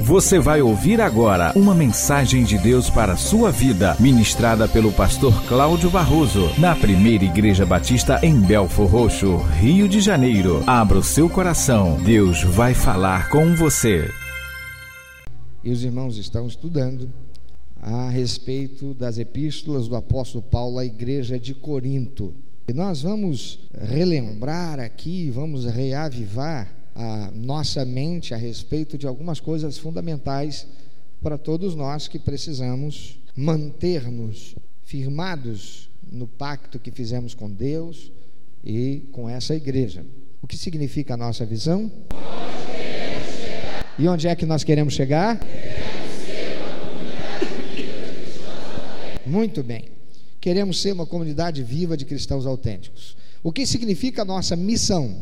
Você vai ouvir agora uma mensagem de Deus para a sua vida, ministrada pelo pastor Cláudio Barroso, na Primeira Igreja Batista em Belfor Roxo, Rio de Janeiro. Abra o seu coração, Deus vai falar com você. E os irmãos estão estudando a respeito das epístolas do apóstolo Paulo à igreja de Corinto. E nós vamos relembrar aqui, vamos reavivar a nossa mente a respeito de algumas coisas fundamentais para todos nós que precisamos manter-nos firmados no pacto que fizemos com Deus e com essa igreja. O que significa a nossa visão? E onde é que nós queremos chegar? Muito bem. Queremos ser uma comunidade viva de cristãos autênticos. O que significa a nossa missão?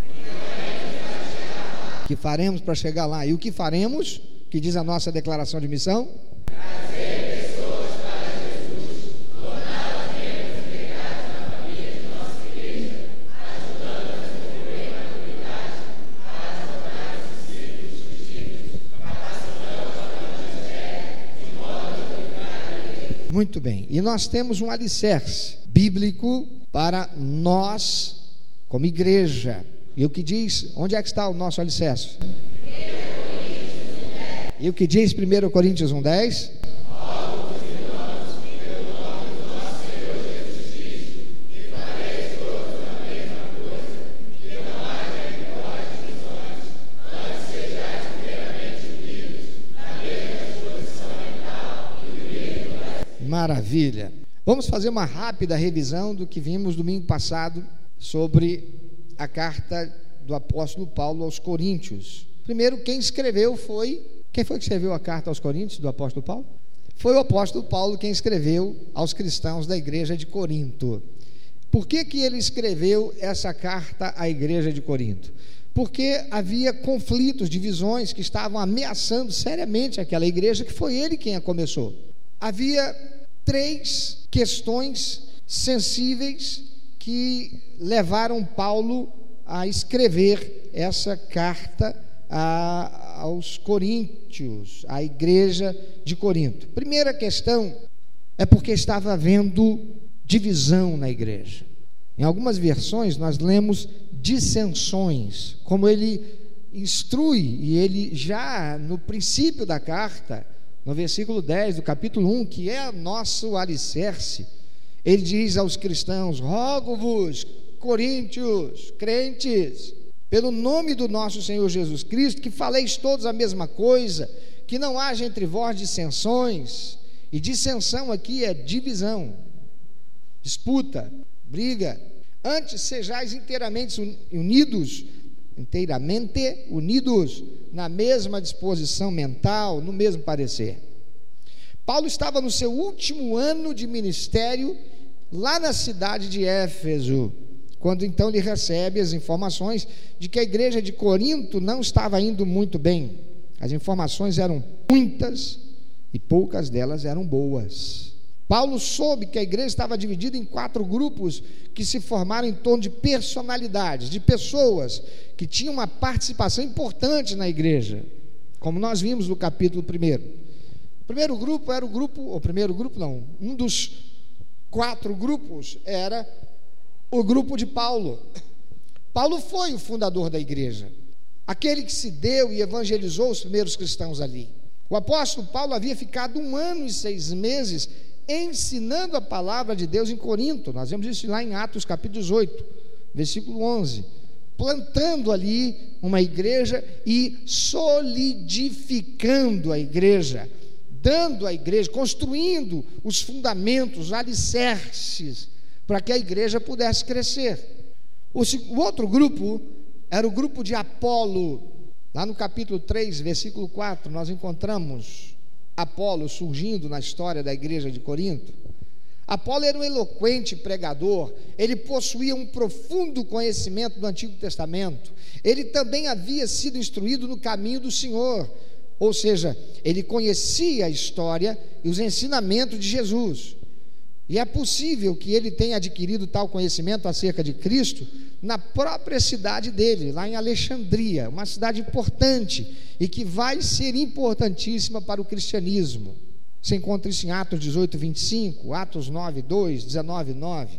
O que faremos para chegar lá? E o que faremos? Que diz a nossa declaração de missão? Trazer pessoas para Jesus, torná-las membros integrados na família de nossa igreja, ajudando-as a desenvolver maturidade, para tornar-se discípulos de Cristo, capacitando-as para o ministério, de modo a glorificar a igreja. Muito bem, e nós temos um alicerce bíblico para nós, como igreja. E o que diz, onde é que está o nosso alicerce? E o que diz 1 Coríntios 1:10? Maravilha! Vamos fazer uma rápida revisão do que vimos domingo passado sobre a carta do apóstolo Paulo aos Coríntios. Primeiro, quem foi que escreveu a carta aos Coríntios do apóstolo Paulo? Foi o apóstolo Paulo quem escreveu aos cristãos da igreja de Corinto. Por que ele escreveu essa carta à igreja de Corinto? Porque havia conflitos, divisões que estavam ameaçando seriamente aquela igreja, que foi ele quem a começou. Havia 3 questões sensíveis que levaram Paulo a escrever essa carta aos Coríntios, à igreja de Corinto. Primeira questão é porque estava havendo divisão na igreja. Em algumas versões nós lemos dissensões, como ele instrui, e ele já no princípio da carta, no versículo 10 do capítulo 1, que é nosso alicerce, ele diz aos cristãos: rogo-vos, coríntios, crentes, pelo nome do nosso Senhor Jesus Cristo, que faleis todos a mesma coisa, que não haja entre vós dissensões. E dissensão aqui é divisão, disputa, briga. Antes sejais inteiramente unidos na mesma disposição mental, no mesmo parecer. Paulo estava no seu último ano de ministério lá na cidade de Éfeso, quando então ele recebe as informações de que a igreja de Corinto não estava indo muito bem. As informações eram muitas e poucas delas eram boas. Paulo soube que a igreja estava dividida em 4 grupos que se formaram em torno de personalidades, de pessoas que tinham uma participação importante na igreja, como nós vimos no capítulo 1. O primeiro grupo era um dos 4 grupos era o grupo de Paulo. Paulo foi o fundador da igreja, aquele que se deu e evangelizou os primeiros cristãos ali. O apóstolo Paulo havia ficado 1 ano e 6 meses ensinando a palavra de Deus em Corinto. Nós vemos isso lá em Atos capítulo 18, versículo 11, plantando ali uma igreja e solidificando a igreja, dando à igreja, construindo os fundamentos, os alicerces, para que a igreja pudesse crescer. O outro grupo era o grupo de Apolo. Lá no capítulo 3, versículo 4, nós encontramos Apolo surgindo na história da igreja de Corinto. Apolo era um eloquente pregador, ele possuía um profundo conhecimento do Antigo Testamento, ele também havia sido instruído no caminho do Senhor, ou seja, ele conhecia a história e os ensinamentos de Jesus. E é possível que ele tenha adquirido tal conhecimento acerca de Cristo na própria cidade dele, lá em Alexandria, uma cidade importante e que vai ser importantíssima para o cristianismo. Você encontra isso em Atos 18, 25, Atos 9, 2, 19, 9.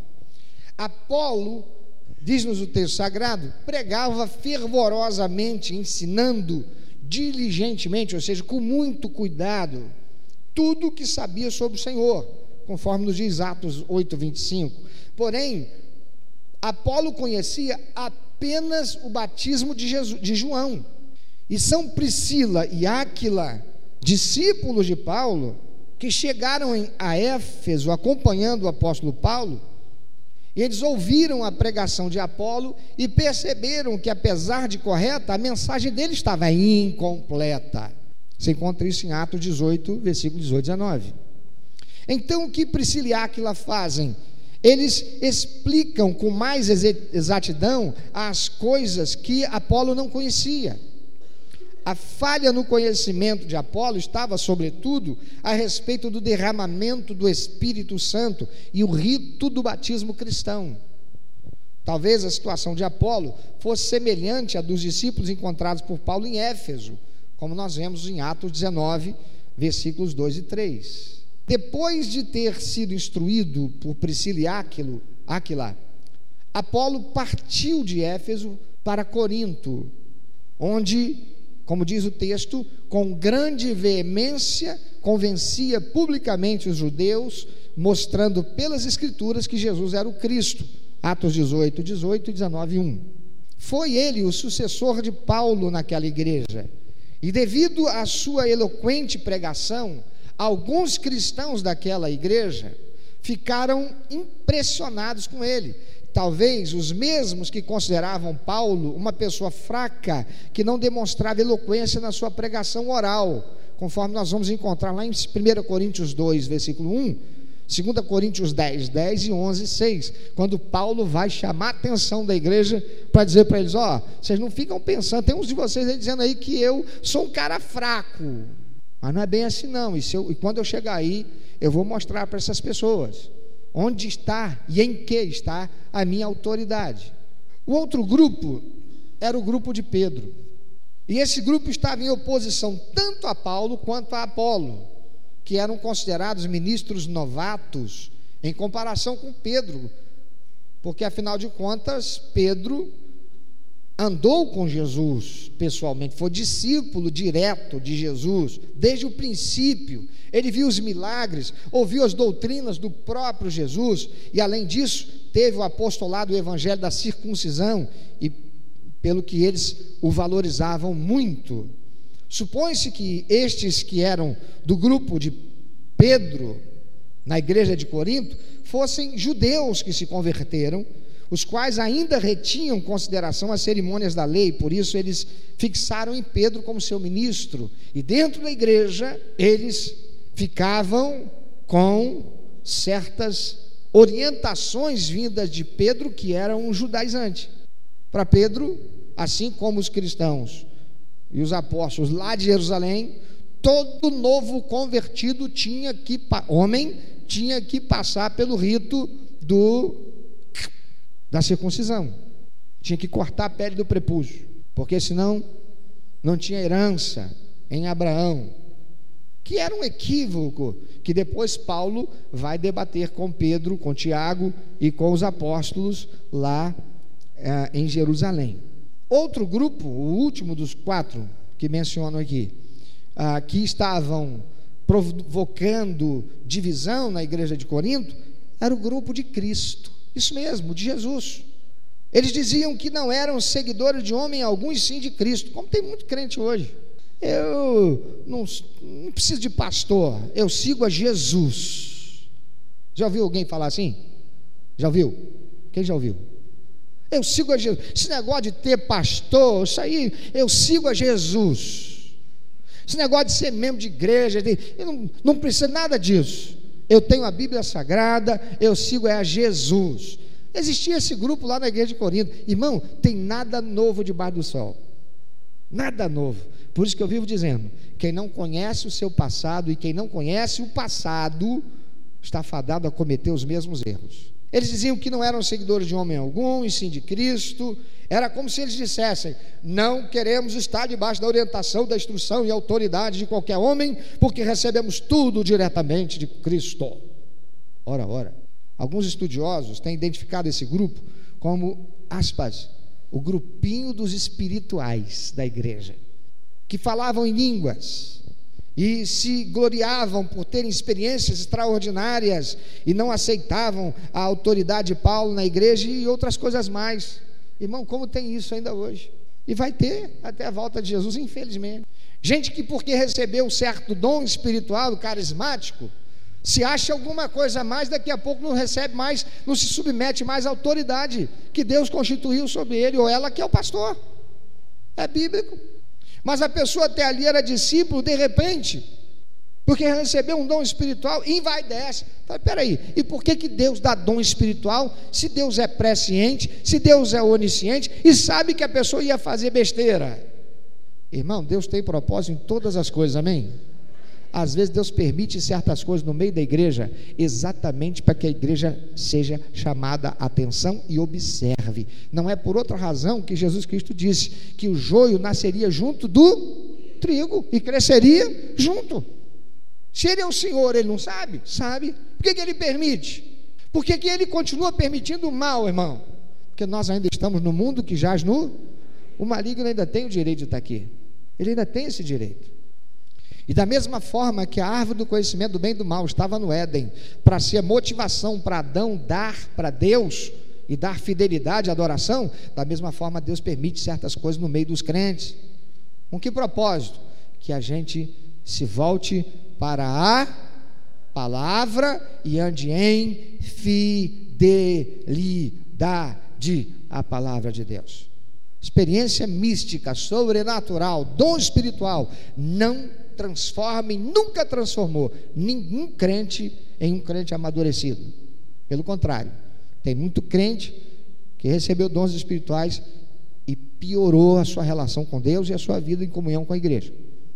Apolo, diz-nos o texto sagrado, pregava fervorosamente, ensinando diligentemente, ou seja, com muito cuidado, tudo o que sabia sobre o Senhor, conforme nos diz Atos 8, 25. Porém, Apolo conhecia apenas o batismo de João. E São Priscila e Áquila, discípulos de Paulo, que chegaram a Éfeso acompanhando o apóstolo Paulo, e eles ouviram a pregação de Apolo e perceberam que, apesar de correta, a mensagem dele estava incompleta. Você encontra isso em Atos 18, versículo 18 e 19. Então, o que Priscila e Áquila fazem? Eles explicam com mais exatidão as coisas que Apolo não conhecia. A falha no conhecimento de Apolo estava, sobretudo, a respeito do derramamento do Espírito Santo e o rito do batismo cristão. Talvez a situação de Apolo fosse semelhante à dos discípulos encontrados por Paulo em Éfeso, como nós vemos em Atos 19, versículos 2 e 3. Depois de ter sido instruído por Priscila e Áquila, Apolo partiu de Éfeso para Corinto, onde, como diz o texto, com grande veemência convencia publicamente os judeus, mostrando pelas Escrituras que Jesus era o Cristo. Atos 18, 18 e 19, 1. Foi ele o sucessor de Paulo naquela igreja, e devido à sua eloquente pregação, alguns cristãos daquela igreja ficaram impressionados com ele. Talvez os mesmos que consideravam Paulo uma pessoa fraca, que não demonstrava eloquência na sua pregação oral, conforme nós vamos encontrar lá em 1 Coríntios 2, versículo 1, 2 Coríntios 10, 10 e 11, 6, quando Paulo vai chamar a atenção da igreja para dizer para eles: vocês não ficam pensando, tem uns de vocês aí dizendo aí que eu sou um cara fraco, mas não é bem assim não, e quando eu chegar aí, eu vou mostrar para essas pessoas onde está e em que está a minha autoridade. O outro grupo era o grupo de Pedro, e esse grupo estava em oposição tanto a Paulo quanto a Apolo, que eram considerados ministros novatos em comparação com Pedro, porque afinal de contas Pedro andou com Jesus pessoalmente, foi discípulo direto de Jesus desde o princípio. Ele viu os milagres, ouviu as doutrinas do próprio Jesus, e além disso teve o apostolado do evangelho da circuncisão, e pelo que eles o valorizavam muito. Supõe-se que estes que eram do grupo de Pedro na igreja de Corinto fossem judeus que se converteram, os quais ainda retinham consideração às cerimônias da lei, por isso eles fixaram em Pedro como seu ministro, e dentro da igreja eles ficavam com certas orientações vindas de Pedro, que era um judaizante. Para Pedro, assim como os cristãos e os apóstolos lá de Jerusalém, todo novo convertido homem tinha que passar pelo rito da circuncisão, tinha que cortar a pele do prepúcio, porque senão não tinha herança em Abraão, que era um equívoco que depois Paulo vai debater com Pedro, com Tiago e com os apóstolos lá em Jerusalém. Outro grupo, o último dos 4 que menciono aqui, que estavam provocando divisão na igreja de Corinto, era o grupo de Cristo, isso mesmo, de Jesus. Eles diziam que não eram seguidores de homem algum, e sim de Cristo, como tem muito crente hoje. Eu não preciso de pastor, eu sigo a Jesus. Já ouviu alguém falar assim? Já ouviu? Quem já ouviu? Eu sigo a Jesus. Esse negócio de ter pastor, isso aí, eu sigo a Jesus. Esse negócio de ser membro de igreja, eu não preciso nada disso. Eu tenho a Bíblia Sagrada, eu sigo a Jesus. Existia esse grupo lá na igreja de Corinto. Irmão, tem nada novo debaixo do sol. Nada novo. Por isso que eu vivo dizendo: quem não conhece o seu passado e quem não conhece o passado está fadado a cometer os mesmos erros. Eles diziam que não eram seguidores de homem algum, e sim de Cristo. Era como se eles dissessem: não queremos estar debaixo da orientação, da instrução e autoridade de qualquer homem, porque recebemos tudo diretamente de Cristo. Ora, alguns estudiosos têm identificado esse grupo como, aspas, o grupinho dos espirituais da igreja, que falavam em línguas e se gloriavam por terem experiências extraordinárias e não aceitavam a autoridade de Paulo na igreja e outras coisas mais. Irmão, como tem isso ainda hoje? E vai ter até a volta de Jesus, infelizmente. Gente que, porque recebeu um certo dom espiritual, carismático, se acha alguma coisa a mais, daqui a pouco não recebe mais, não se submete mais à autoridade que Deus constituiu sobre ele ou ela, que é o pastor. É bíblico. Mas a pessoa até ali era discípulo, de repente, porque recebeu um dom espiritual, envaidece. Fala, peraí, e por que Deus dá dom espiritual, se Deus é presciente, se Deus é onisciente, e sabe que a pessoa ia fazer besteira? Irmão, Deus tem propósito em todas as coisas, amém? Às vezes Deus permite certas coisas no meio da igreja, exatamente para que a igreja seja chamada a atenção e observe. Não é por outra razão que Jesus Cristo disse que o joio nasceria junto do trigo e cresceria junto. Se ele é o Senhor, ele não sabe? Sabe. Por que ele permite? Por que ele continua permitindo o mal, irmão? Porque nós ainda estamos no mundo que jaz nu. O maligno ainda tem o direito de estar aqui. Ele ainda tem esse direito. E da mesma forma que a árvore do conhecimento do bem e do mal estava no Éden, para ser motivação para Adão dar para Deus e dar fidelidade e adoração, da mesma forma Deus permite certas coisas no meio dos crentes. Com que propósito? Que a gente se volte para a palavra e ande em fidelidade à palavra de Deus. Experiência mística, sobrenatural, dom espiritual não transforma e nunca transformou nenhum crente em um crente amadurecido. Pelo contrário, tem muito crente que recebeu dons espirituais e piorou a sua relação com Deus e a sua vida em comunhão com a igreja.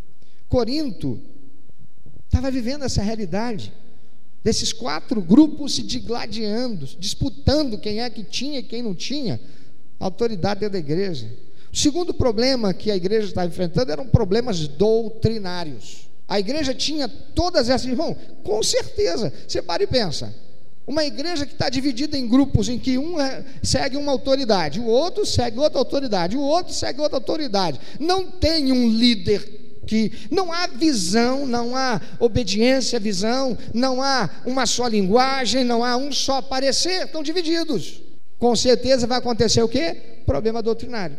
Corinto estava vivendo essa realidade desses 4 grupos se digladiando, disputando quem é que tinha e quem não tinha autoridade dentro da igreja. O segundo problema que a igreja estava enfrentando eram problemas doutrinários. A igreja tinha todas essas, irmão, com certeza. Você para e pensa, uma igreja que está dividida em grupos em que um segue uma autoridade, o outro segue outra autoridade, o outro segue outra autoridade, não tem um líder, que não há visão, não há obediência à visão, não há uma só linguagem, não há um só parecer, estão divididos. Com certeza vai acontecer o quê? Problema doutrinário.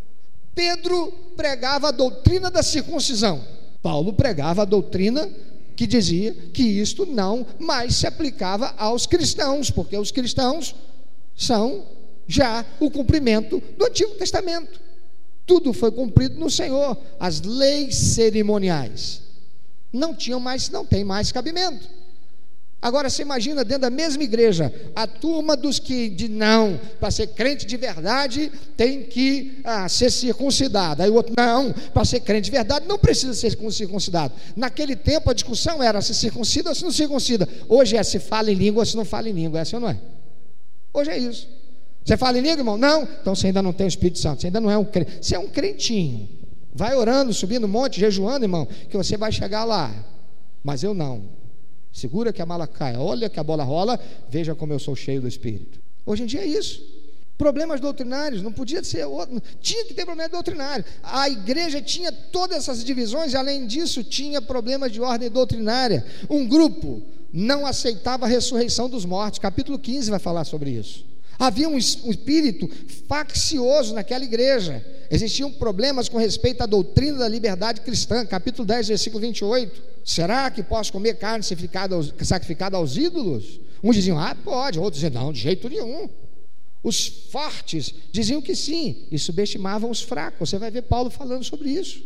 Pedro pregava a doutrina da circuncisão, Paulo pregava a doutrina que dizia que isto não mais se aplicava aos cristãos, porque os cristãos são já o cumprimento do Antigo Testamento. Tudo foi cumprido no Senhor. As leis cerimoniais não tem mais cabimento. Agora você imagina dentro da mesma igreja a turma dos que não, para ser crente de verdade tem que ser circuncidado. Aí o outro, não, para ser crente de verdade não precisa ser circuncidado. Naquele tempo a discussão era se circuncida ou se não circuncida. Hoje é se fala em língua ou se não fala em língua. Essa não é? Hoje é isso. Você fala em língua, irmão? Não? Então você ainda não tem o Espírito Santo, você ainda não é um crente. Você é um crentinho. Vai orando, subindo um monte, jejuando, irmão, que você vai chegar lá. Mas eu não. Segura que a mala cai, olha que a bola rola, veja como eu sou cheio do Espírito. Hoje em dia é isso. Problemas doutrinários, não podia ser outro, tinha que ter problema doutrinário. A igreja tinha todas essas divisões e além disso tinha problemas de ordem doutrinária. Um grupo não aceitava a ressurreição dos mortos, capítulo 15 vai falar sobre isso. Havia um espírito faccioso naquela igreja. Existiam problemas com respeito à doutrina da liberdade cristã, capítulo 10, versículo 28. Será que posso comer carne sacrificada aos ídolos? Uns diziam, pode. Outros diziam, não, de jeito nenhum. Os fortes diziam que sim, e subestimavam os fracos. Você vai ver Paulo falando sobre isso.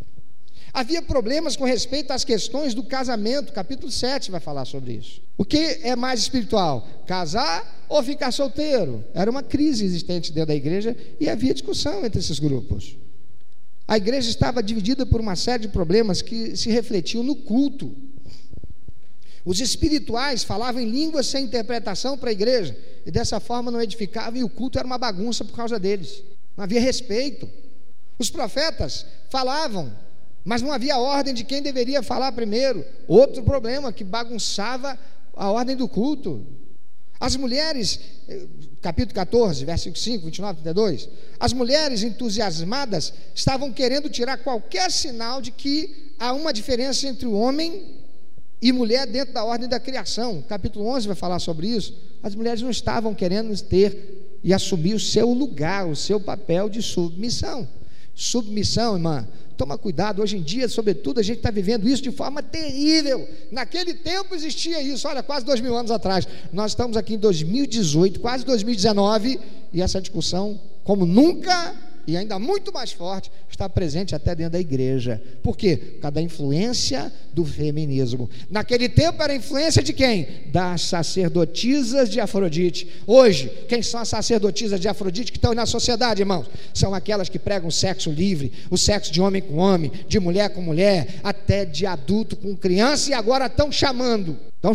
Havia problemas com respeito às questões do casamento, capítulo 7 vai falar sobre isso. O que é mais espiritual? Casar ou ficar solteiro? Era uma crise existente dentro da igreja e havia discussão entre esses grupos. A igreja estava dividida por uma série de problemas que se refletiam no culto. Os espirituais falavam em línguas sem interpretação para a igreja, e dessa forma não edificavam, e o culto era uma bagunça por causa deles. Não havia respeito. Os profetas falavam, mas não havia ordem de quem deveria falar primeiro. Outro problema que bagunçava a ordem do culto. As mulheres, capítulo 14, versículo 5, 29, 32, as mulheres entusiasmadas estavam querendo tirar qualquer sinal de que há uma diferença entre o homem e mulher dentro da ordem da criação. Capítulo 11 vai falar sobre isso. As mulheres não estavam querendo ter e assumir o seu lugar, o seu papel de submissão. Submissão, irmã, toma cuidado, hoje em dia, sobretudo, a gente está vivendo isso de forma terrível. Naquele tempo existia isso, olha, quase 2000 anos atrás. Nós estamos aqui em 2018, quase 2019, e essa discussão, como nunca, e ainda muito mais forte, está presente até dentro da igreja. Por quê? Por causa da influência do feminismo. Naquele tempo era a influência de quem? Das sacerdotisas de Afrodite. Hoje, quem são as sacerdotisas de Afrodite que estão na sociedade, irmãos? São aquelas que pregam o sexo livre, o sexo de homem com homem, de mulher com mulher, até de adulto com criança, e agora estão chamando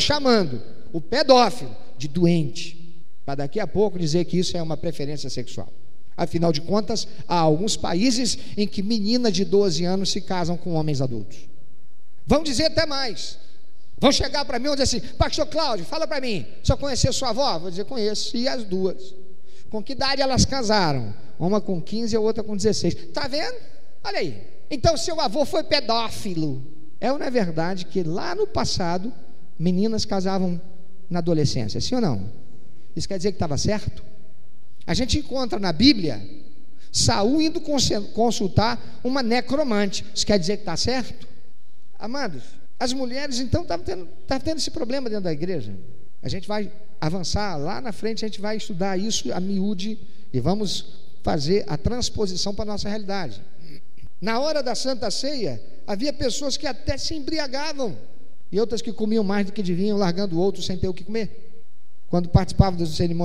o pedófilo de doente, para daqui a pouco dizer que isso é uma preferência sexual. Afinal de contas, há alguns países em que meninas de 12 anos se casam com homens adultos. Vão dizer até mais. Vão chegar para mim e dizer assim: pastor Cláudio, fala para mim, se eu conhecer sua avó? Vou dizer: conheço, e as duas. Com que idade elas casaram? Uma com 15 e a outra com 16. Está vendo? Olha aí. Então seu avô foi pedófilo. É ou não é verdade que lá no passado meninas casavam na adolescência? Sim ou não? Isso quer dizer que estava certo? A gente encontra na Bíblia Saul indo consultar uma necromante. Isso quer dizer que está certo? Amados, as mulheres então estavam tendo esse problema dentro da igreja. A gente vai avançar lá na frente, a gente vai estudar isso a miúde e vamos fazer a transposição para a nossa realidade. Na hora da Santa Ceia, havia pessoas que até se embriagavam e outras que comiam mais do que deviam, largando outros sem ter o que comer. Quando participavam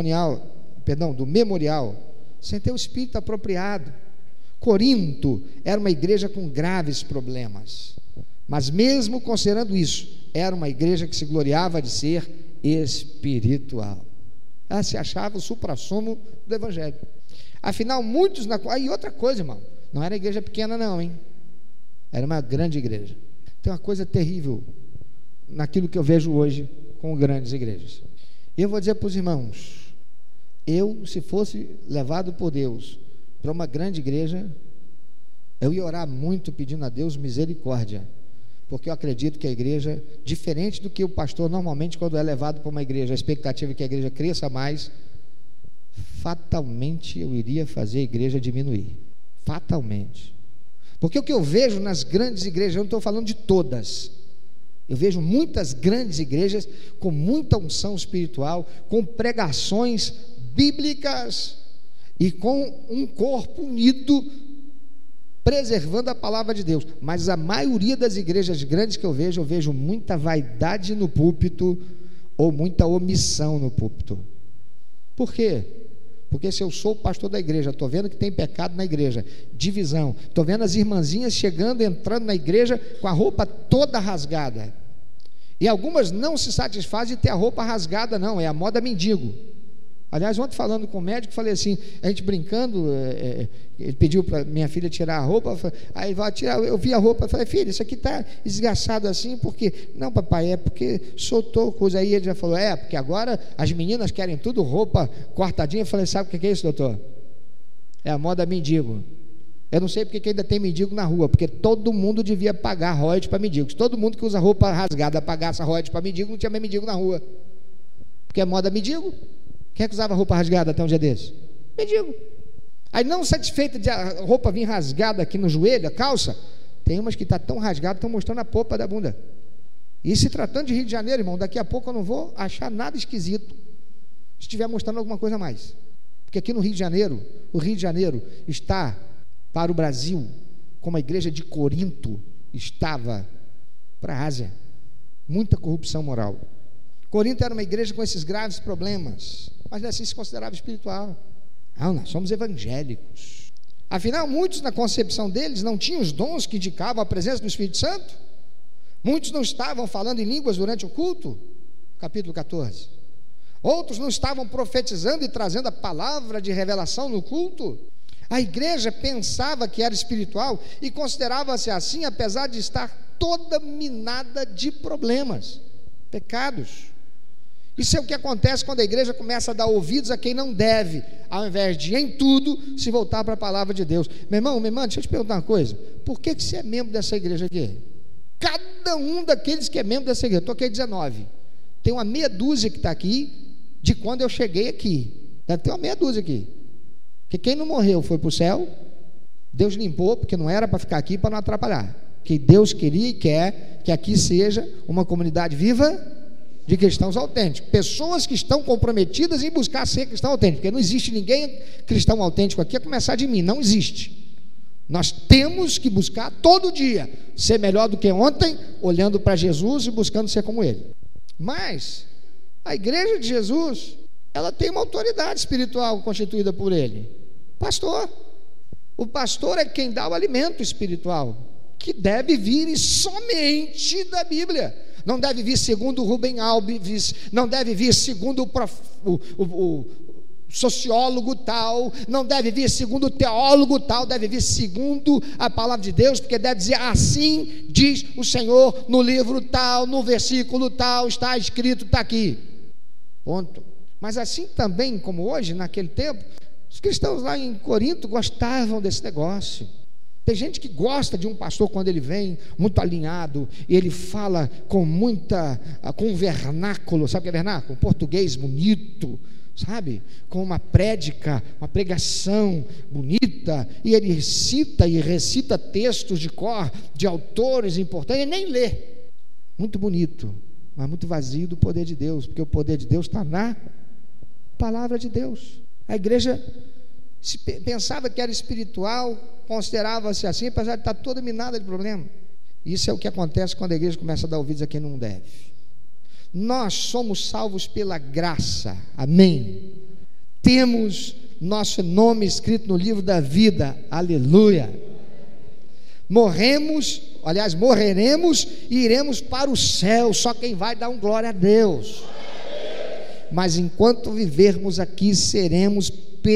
do memorial, sem ter o espírito apropriado. Corinto era uma igreja com graves problemas, mas mesmo considerando isso, era uma igreja que se gloriava de ser espiritual. Ela se achava o suprassumo do evangelho. Afinal, muitos e outra coisa, irmão, não era igreja pequena não, hein? Era uma grande igreja. Tem uma coisa terrível naquilo que eu vejo hoje com grandes igrejas. Eu vou dizer para os irmãos, se fosse levado por Deus para uma grande igreja, eu ia orar muito pedindo a Deus misericórdia, porque eu acredito que a igreja, diferente do que o pastor normalmente, quando é levado para uma igreja, a expectativa é que a igreja cresça mais, fatalmente eu iria fazer a igreja diminuir, fatalmente. Porque o que eu vejo nas grandes igrejas, eu não estou falando de todas, eu vejo muitas grandes igrejas com muita unção espiritual, com pregações bíblicas e com um corpo unido, preservando a palavra de Deus. Mas a maioria das igrejas grandes que eu vejo muita vaidade no púlpito ou muita omissão no púlpito. Por quê? Porque se eu sou o pastor da igreja, estou vendo que tem pecado na igreja, divisão, estou vendo as irmãzinhas chegando, entrando na igreja com a roupa toda rasgada, e algumas não se satisfazem de ter a roupa rasgada, não, é a moda mendigo. Aliás, ontem falando com o médico, falei assim, a gente brincando, ele pediu para minha filha tirar a roupa, aí vai tirar, eu vi a roupa, falei: filha, isso aqui está esgaçado assim, porque, não papai, é porque soltou coisa. Aí ele já falou: porque agora as meninas querem tudo roupa cortadinha. Eu falei: sabe o que é isso, doutor? É a moda mendigo. Eu não sei porque que ainda tem mendigo na rua, porque todo mundo devia pagar royalties para mendigos. Todo mundo que usa roupa rasgada pagasse royalties para mendigo, não tinha mais mendigo na rua, porque é moda mendigo. Quem é que usava roupa rasgada até um dia desses? Mendigo. Aí, não satisfeita de a roupa vir rasgada aqui no joelho, a calça, tem umas que está tão rasgada, estão mostrando a polpa da bunda. E se tratando de Rio de Janeiro, irmão, daqui a pouco eu não vou achar nada esquisito se estiver mostrando alguma coisa a mais. Porque aqui no Rio de Janeiro, o Rio de Janeiro está para o Brasil como a igreja de Corinto estava para a Ásia. Muita corrupção moral. Corinto era uma igreja com esses graves problemas, mas assim se considerava espiritual. Nós somos evangélicos. Afinal, muitos na concepção deles não tinham os dons que indicavam a presença do Espírito Santo. Muitos não estavam falando em línguas durante o culto, capítulo 14. Outros não estavam profetizando e trazendo a palavra de revelação no culto. A igreja pensava que era espiritual e considerava-se assim, apesar de estar toda minada de problemas, pecados. Isso é o que acontece quando a igreja começa a dar ouvidos a quem não deve, ao invés de em tudo se voltar para a palavra de Deus. Meu irmão, minha irmã, deixa eu te perguntar uma coisa: por que você é membro dessa igreja aqui? Cada um daqueles que é membro dessa igreja, eu toquei 19, tem uma meia dúzia que está aqui de quando eu cheguei aqui, deve ter uma meia dúzia aqui, porque quem não morreu foi para o céu, Deus limpou, porque não era para ficar aqui, para não atrapalhar, que Deus queria e quer que aqui seja uma comunidade viva de cristãos autênticos, pessoas que estão comprometidas em buscar ser cristão autêntico, porque não existe ninguém cristão autêntico aqui, a começar de mim, não existe. Nós temos que buscar todo dia ser melhor do que ontem, olhando para Jesus e buscando ser como Ele. Mas a igreja de Jesus, ela tem uma autoridade espiritual constituída por Ele, pastor. O pastor é quem dá o alimento espiritual, que deve vir somente da Bíblia. Não deve vir segundo Rubem Alves, não deve vir segundo o sociólogo tal, não deve vir segundo o teólogo tal, deve vir segundo a palavra de Deus, porque deve dizer: assim diz o Senhor no livro tal, no versículo tal, está escrito, está aqui, ponto. Mas assim também como hoje, naquele tempo, os cristãos lá em Corinto gostavam desse negócio. Tem gente que gosta de um pastor quando ele vem muito alinhado e ele fala com um vernáculo, sabe o que é vernáculo? Um português bonito, sabe? Com uma prédica, uma pregação bonita, e ele cita e recita textos de cor, de autores importantes, ele nem lê. Muito bonito, mas muito vazio do poder de Deus, porque o poder de Deus está na palavra de Deus. A igreja pensava que era espiritual, considerava-se assim, apesar de estar toda minada de problema. Isso é o que acontece quando a igreja começa a dar ouvidos a quem não deve. Nós somos salvos pela graça, amém? Temos nosso nome escrito no livro da vida, aleluia. Morreremos e iremos para o céu, só quem vai dar um glória a Deus. Mas enquanto vivermos aqui, seremos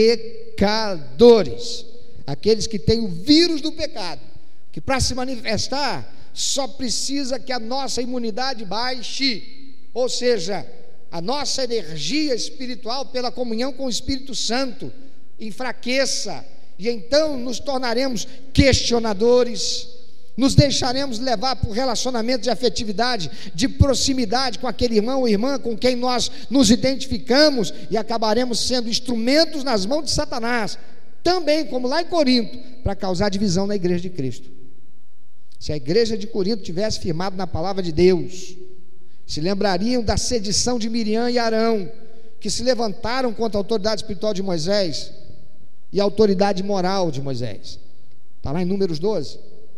pecadores, aqueles que têm o vírus do pecado, que para se manifestar só precisa que a nossa imunidade baixe, ou seja, a nossa energia espiritual pela comunhão com o Espírito Santo enfraqueça, e então nos tornaremos questionadores, nos deixaremos levar por relacionamento de afetividade, de proximidade com aquele irmão ou irmã com quem nós nos identificamos, e acabaremos sendo instrumentos nas mãos de Satanás, também como lá em Corinto, para causar divisão na igreja de Cristo. Se a igreja de Corinto tivesse firmado na palavra de Deus, se lembrariam da sedição de Miriam e Arão, que se levantaram contra a autoridade espiritual de Moisés e a autoridade moral de Moisés, está lá em Números 12.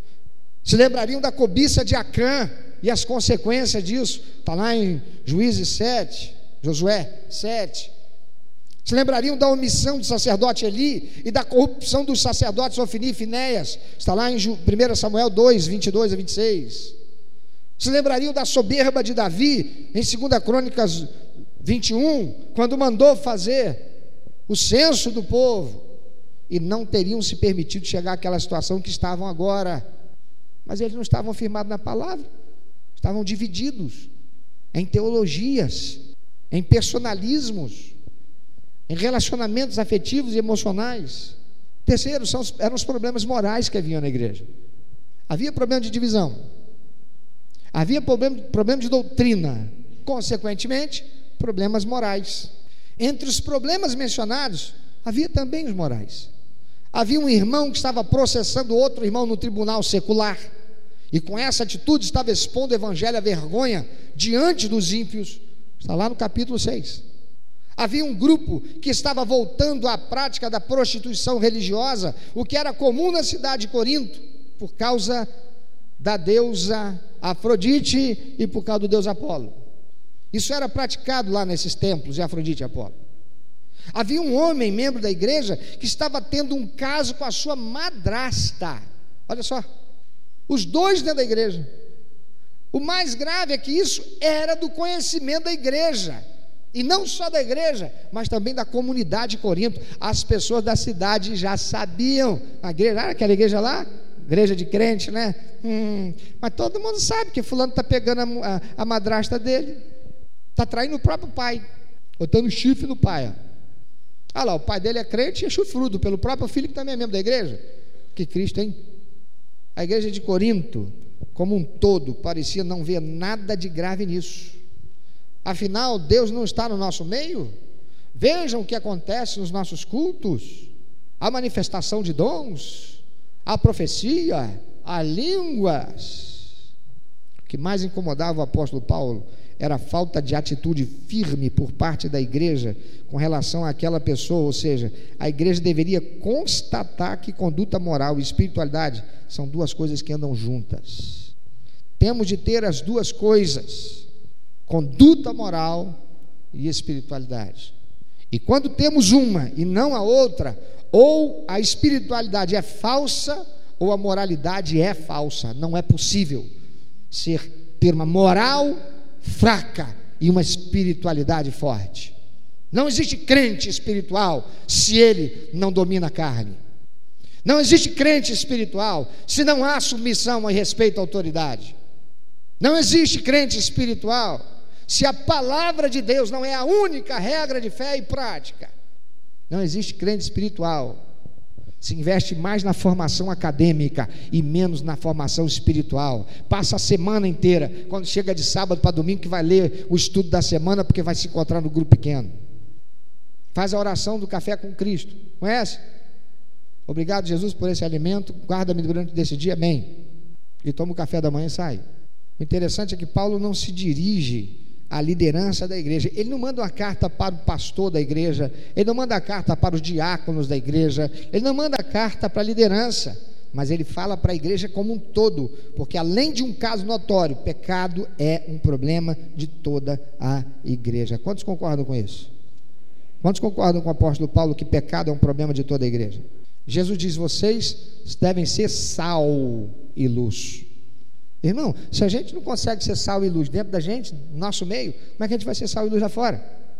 Se lembrariam da cobiça de Acã e as consequências disso, está lá em Juízes 7, Josué 7. Se lembrariam da omissão do sacerdote Eli e da corrupção dos sacerdotes Ofni e Finéias, está lá em 1 Samuel 2, 22 a 26. Se lembrariam da soberba de Davi em 2 Crônicas 21, quando mandou fazer o censo do povo, e não teriam se permitido chegar àquela situação que estavam agora. Mas eles não estavam firmados na palavra, estavam divididos em teologias, em personalismos, em relacionamentos afetivos e emocionais. Terceiro, eram os problemas morais que haviam na igreja. Havia problema de divisão, havia problema de doutrina, consequentemente, problemas morais. Entre os problemas mencionados, havia também os morais. Havia um irmão que estava processando outro irmão no tribunal secular, e com essa atitude estava expondo o evangelho à vergonha diante dos ímpios. Está lá no capítulo 6. Havia um grupo que estava voltando à prática da prostituição religiosa, o que era comum na cidade de Corinto, por causa da deusa Afrodite e por causa do deus Apolo. Isso era praticado lá nesses templos de Afrodite e Apolo. Havia um homem, membro da igreja, que estava tendo um caso com a sua madrasta. Olha só, os dois dentro da igreja. O mais grave é que isso era do conhecimento da igreja, e não só da igreja, mas também da comunidade de Corinto. As pessoas da cidade já sabiam. A igreja, aquela igreja lá, igreja de crente, né? Mas todo mundo sabe que fulano está pegando a madrasta dele, está traindo o próprio pai, botando chifre no pai. Ah lá, o pai dele é crente e é chufrudo pelo próprio filho, que também é membro da igreja. Que Cristo, hein? A igreja de Corinto, como um todo, parecia não ver nada de grave nisso. Afinal, Deus não está no nosso meio? Vejam o que acontece nos nossos cultos: a manifestação de dons, a profecia, a línguas. O que mais incomodava o apóstolo Paulo era a falta de atitude firme por parte da igreja com relação àquela pessoa. Ou seja, a igreja deveria constatar que conduta moral e espiritualidade são duas coisas que andam juntas. Temos de ter as duas coisas: conduta moral e espiritualidade. E quando temos uma e não a outra, ou a espiritualidade é falsa, ou a moralidade é falsa. Não é possível ter uma moral fraca e uma espiritualidade forte. Não existe crente espiritual se ele não domina a carne. Não existe crente espiritual se não há submissão e respeito à autoridade. Não existe crente espiritual se a palavra de Deus não é a única regra de fé e prática. Não existe crente espiritual se investe mais na formação acadêmica e menos na formação espiritual. Passa a semana inteira, quando chega de sábado para domingo, que vai ler o estudo da semana, porque vai se encontrar no grupo pequeno. Faz a oração do café com Cristo, conhece? Obrigado, Jesus, por esse alimento, guarda-me durante desse dia, amém. E toma o café da manhã e sai. O interessante é que Paulo não se dirige à liderança da igreja. Ele não manda uma carta para o pastor da igreja, ele não manda a carta para os diáconos da igreja, ele não manda a carta para a liderança, mas ele fala para a igreja como um todo, porque além de um caso notório, pecado é um problema de toda a igreja. Quantos concordam com isso? Quantos concordam com o apóstolo Paulo que pecado é um problema de toda a igreja? Jesus diz: vocês devem ser sal e luz. Irmão, se a gente não consegue ser sal e luz dentro da gente, no nosso meio, como é que a gente vai ser sal e luz lá fora?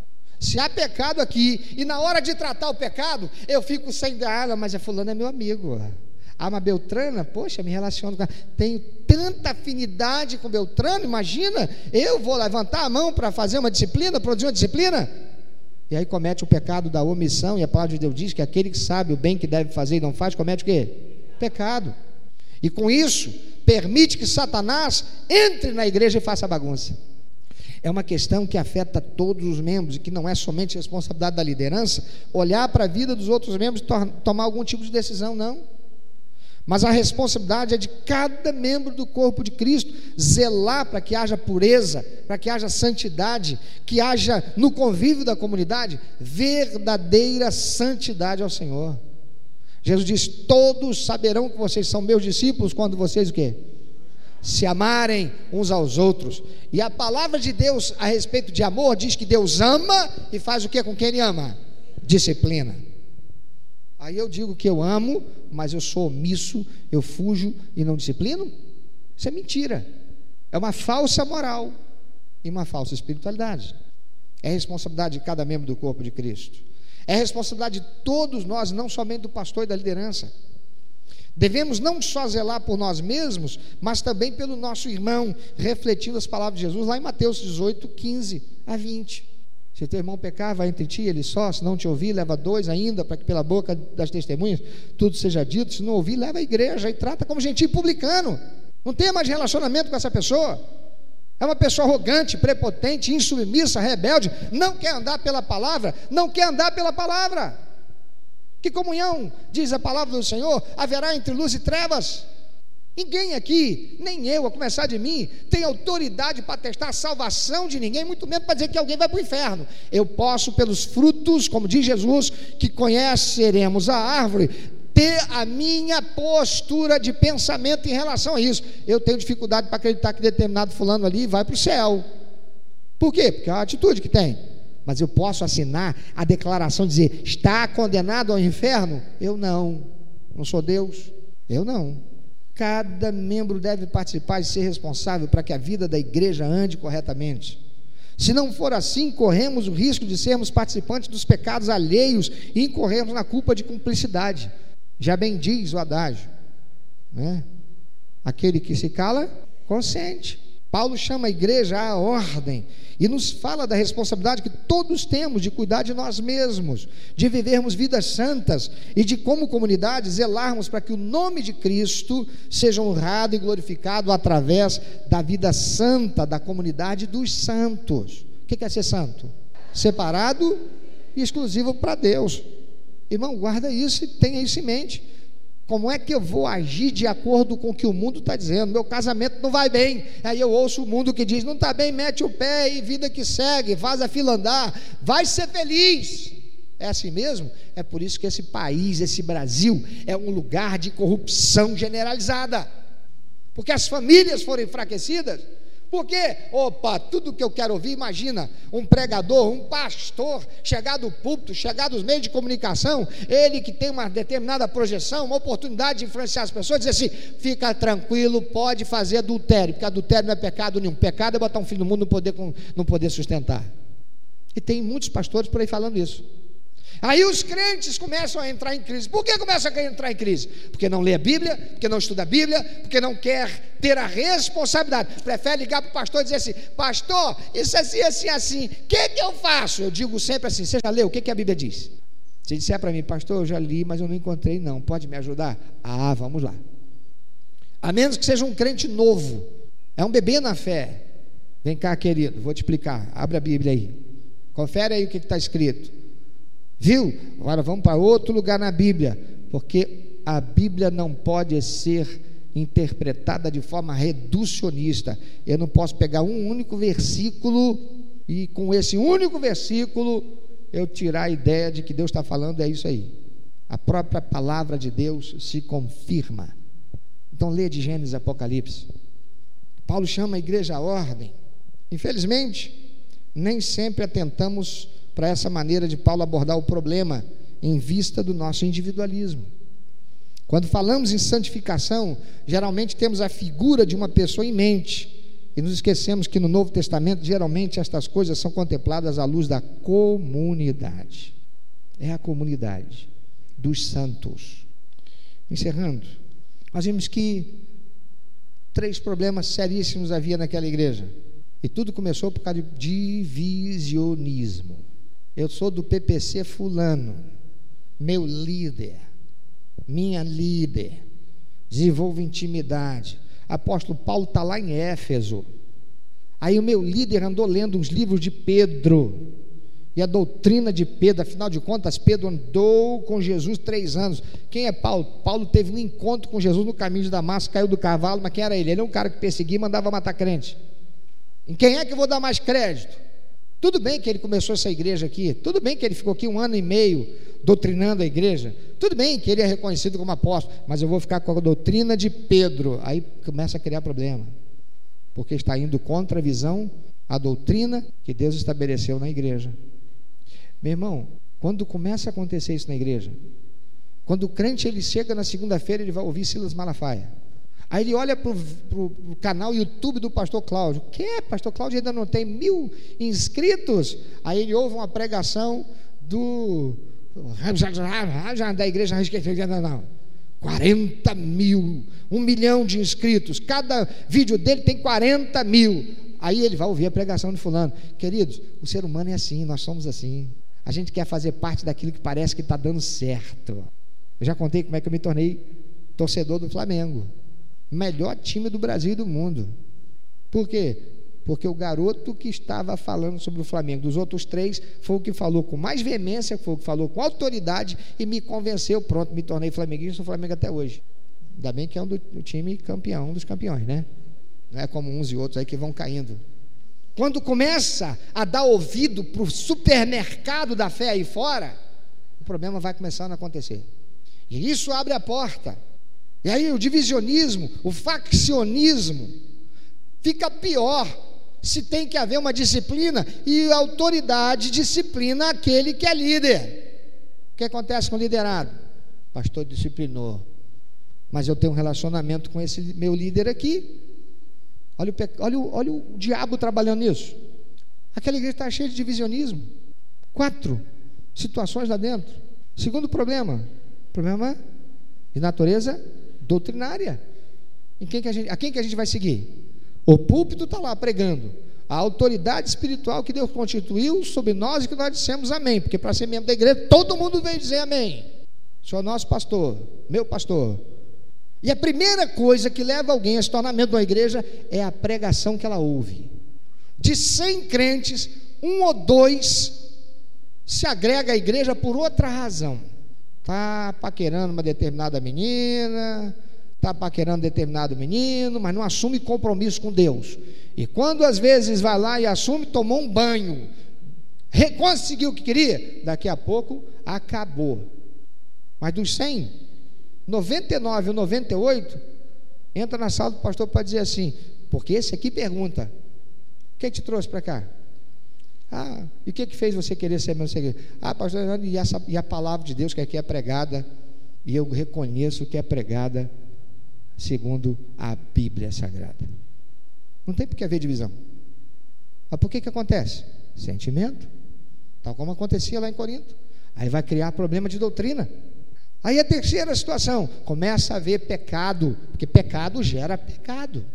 Se há pecado aqui, e na hora de tratar o pecado, eu fico sem dar, mas a fulana é meu amigo. Ah, mas Beltrana, poxa, me relaciono com ela, tenho tanta afinidade com Beltrano, imagina, eu vou levantar a mão para fazer uma disciplina, produzir uma disciplina, e aí comete o pecado da omissão, e a palavra de Deus diz que aquele que sabe o bem que deve fazer e não faz, comete o quê? Pecado. E com isso, permite que Satanás entre na igreja e faça bagunça. É uma questão que afeta todos os membros, e que não é somente responsabilidade da liderança olhar para a vida dos outros membros e tomar algum tipo de decisão, não. Mas a responsabilidade é de cada membro do corpo de Cristo zelar para que haja pureza, para que haja santidade, que haja no convívio da comunidade verdadeira santidade ao Senhor. Jesus diz: todos saberão que vocês são meus discípulos quando vocês o quê? Se amarem uns aos outros. E a palavra de Deus a respeito de amor diz que Deus ama e faz o que com quem Ele ama? Disciplina. Aí eu digo que eu amo, mas eu sou omisso, eu fujo e não disciplino? Isso é mentira. É uma falsa moral e uma falsa espiritualidade. É responsabilidade de cada membro do corpo de Cristo. É responsabilidade de todos nós, não somente do pastor e da liderança. Devemos não só zelar por nós mesmos, mas também pelo nosso irmão, refletindo as palavras de Jesus lá em Mateus 18, 15 a 20. Se teu irmão pecar, vai entre ti, ele só. Se não te ouvir, leva dois ainda, para que pela boca das testemunhas tudo seja dito. Se não ouvir, leva a igreja e trata como gentil publicano. Não tenha mais relacionamento com essa pessoa. É uma pessoa arrogante, prepotente, insubmissa, rebelde, não quer andar pela palavra, não quer andar pela palavra. Que comunhão, diz a palavra do Senhor, haverá entre luz e trevas? Ninguém aqui, nem eu, a começar de mim, tem autoridade para testar a salvação de ninguém, muito menos para dizer que alguém vai para o inferno. Eu posso, pelos frutos, como diz Jesus, que conheceremos a árvore, ter a minha postura de pensamento em relação a isso. Eu tenho dificuldade para acreditar que determinado fulano ali vai para o céu. Por quê? Porque é a atitude que tem. Mas eu posso assinar a declaração, dizer, está condenado ao inferno? Eu não sou Deus, eu não. Cada membro deve participar e ser responsável para que a vida da igreja ande corretamente. Se não for assim, corremos o risco de sermos participantes dos pecados alheios e incorrermos na culpa de cumplicidade. Já bem diz o adágio, né? Aquele que se cala, consente. Paulo chama a igreja à ordem e nos fala da responsabilidade que todos temos de cuidar de nós mesmos, de vivermos vidas santas e de, como comunidade, zelarmos para que o nome de Cristo seja honrado e glorificado através da vida santa da comunidade dos santos. O que é ser santo? Separado e exclusivo para Deus. Irmão, guarda isso e tenha isso em mente. Como é que eu vou agir de acordo com o que o mundo está dizendo? Meu casamento não vai bem. Aí eu ouço o mundo que diz: não está bem, mete o pé e vida que segue, faz a fila andar, vai ser feliz. É assim mesmo? É por isso que esse país, esse Brasil, é um lugar de corrupção generalizada, porque as famílias foram enfraquecidas. Por quê? Opa, tudo que eu quero ouvir, imagina, um pregador, um pastor, chegar do púlpito, chegar dos meios de comunicação, ele que tem uma determinada projeção, uma oportunidade de influenciar as pessoas, dizer assim: fica tranquilo, pode fazer adultério, porque adultério não é pecado nenhum, pecado é botar um filho no mundo não poder sustentar. E tem muitos pastores por aí falando isso. Aí os crentes começam a entrar em crise. Por que começam a entrar em crise? Porque não lê a Bíblia, porque não estuda a Bíblia, porque não quer ter a responsabilidade. Prefere ligar para o pastor e dizer assim: pastor, isso assim, assim, assim, o que eu faço? Eu digo sempre assim: você já leu? O que a Bíblia diz? Se disser para mim: pastor, eu já li, mas eu não encontrei não, pode me ajudar? Ah, vamos lá. A menos que seja um crente novo, é um bebê na fé. Vem cá, querido, vou te explicar. Abre a Bíblia aí, confere aí o que está escrito. Viu? Agora vamos para outro lugar na Bíblia, porque a Bíblia não pode ser interpretada de forma reducionista. Eu não posso pegar um único versículo e com esse único versículo eu tirar a ideia de que Deus está falando. É isso aí. A própria palavra de Deus se confirma. Então lê de Gênesis a Apocalipse. Paulo chama a igreja à ordem. Infelizmente, nem sempre atentamos para essa maneira de Paulo abordar o problema em vista do nosso individualismo. Quando falamos em santificação, geralmente temos a figura de uma pessoa em mente e nos esquecemos que no Novo Testamento geralmente estas coisas são contempladas à luz da comunidade. É a comunidade dos santos. Encerrando, nós vimos que 3 problemas seríssimos havia naquela igreja, e tudo começou por causa de divisionismo. Eu sou do PPC fulano, meu líder, minha líder, desenvolvo intimidade. Apóstolo Paulo está lá em Éfeso, aí o meu líder andou lendo uns livros de Pedro, e a doutrina de Pedro, afinal de contas, Pedro andou com Jesus 3 anos. Quem é Paulo? Paulo teve um encontro com Jesus no caminho de Damasco, caiu do cavalo, mas quem era ele? Ele é um cara que perseguia e mandava matar crente. Em quem é que eu vou dar mais crédito? Tudo bem que ele começou essa igreja aqui, tudo bem que ele ficou aqui 1 ano e meio doutrinando a igreja, tudo bem que ele é reconhecido como apóstolo, mas eu vou ficar com a doutrina de Pedro. Aí começa a criar problema, porque está indo contra a visão, a doutrina que Deus estabeleceu na igreja. Meu irmão, quando começa a acontecer isso na igreja, quando o crente ele chega na segunda-feira, ele vai ouvir Silas Malafaia, aí ele olha para o canal YouTube do pastor Cláudio. O que? Pastor Cláudio ainda não tem 1000 inscritos? Aí ele ouve uma pregação da igreja, não, 40 mil, 1 milhão de inscritos, cada vídeo dele tem 40 mil, aí ele vai ouvir a pregação de fulano. Queridos, o ser humano é assim, nós somos assim, a gente quer fazer parte daquilo que parece que está dando certo. Eu já contei como é que eu me tornei torcedor do Flamengo, melhor time do Brasil e do mundo. Por quê? Porque o garoto que estava falando sobre o Flamengo, dos outros 3, foi o que falou com mais veemência, foi o que falou com autoridade e me convenceu. Pronto, me tornei flamenguista, sou Flamengo até hoje. Ainda bem que é do time campeão, dos campeões, né? Não é como uns e outros aí que vão caindo. Quando começa a dar ouvido para o supermercado da fé aí fora, o problema vai começando a acontecer. E isso abre a porta. E aí o divisionismo, o faccionismo fica pior. Se tem que haver uma disciplina, e a autoridade disciplina aquele que é líder. O que acontece com o liderado? O pastor disciplinou, mas eu tenho um relacionamento com esse meu líder aqui. Olha o diabo trabalhando nisso. Aquela igreja está cheia de divisionismo. 4 situações lá dentro. Segundo problema de natureza doutrinária. A quem que a gente vai seguir? O púlpito está lá pregando. A autoridade espiritual que Deus constituiu sobre nós e que nós dissemos amém. Porque para ser membro da igreja, todo mundo veio dizer amém. O senhor é nosso pastor, meu pastor. E a primeira coisa que leva alguém a se tornar membro de uma igreja é a pregação que ela ouve. De 100 crentes, 1 ou 2 se agrega à igreja por outra razão. Está paquerando uma determinada menina, está paquerando determinado menino, mas não assume compromisso com Deus. E quando às vezes vai lá e assume, tomou um banho, conseguiu o que queria, daqui a pouco acabou. Mas dos 100, 99 ou 98 entra na sala do pastor para dizer assim, porque esse aqui pergunta: o que te trouxe para cá? E o que fez você querer ser meu seguidor? Pastor, e a palavra de Deus que aqui é pregada, e eu reconheço que é pregada segundo a Bíblia Sagrada. Não tem por que haver divisão. Mas por que acontece? Sentimento, tal como acontecia lá em Corinto. Aí vai criar problema de doutrina. Aí a terceira situação, começa a haver pecado, porque pecado gera pecado.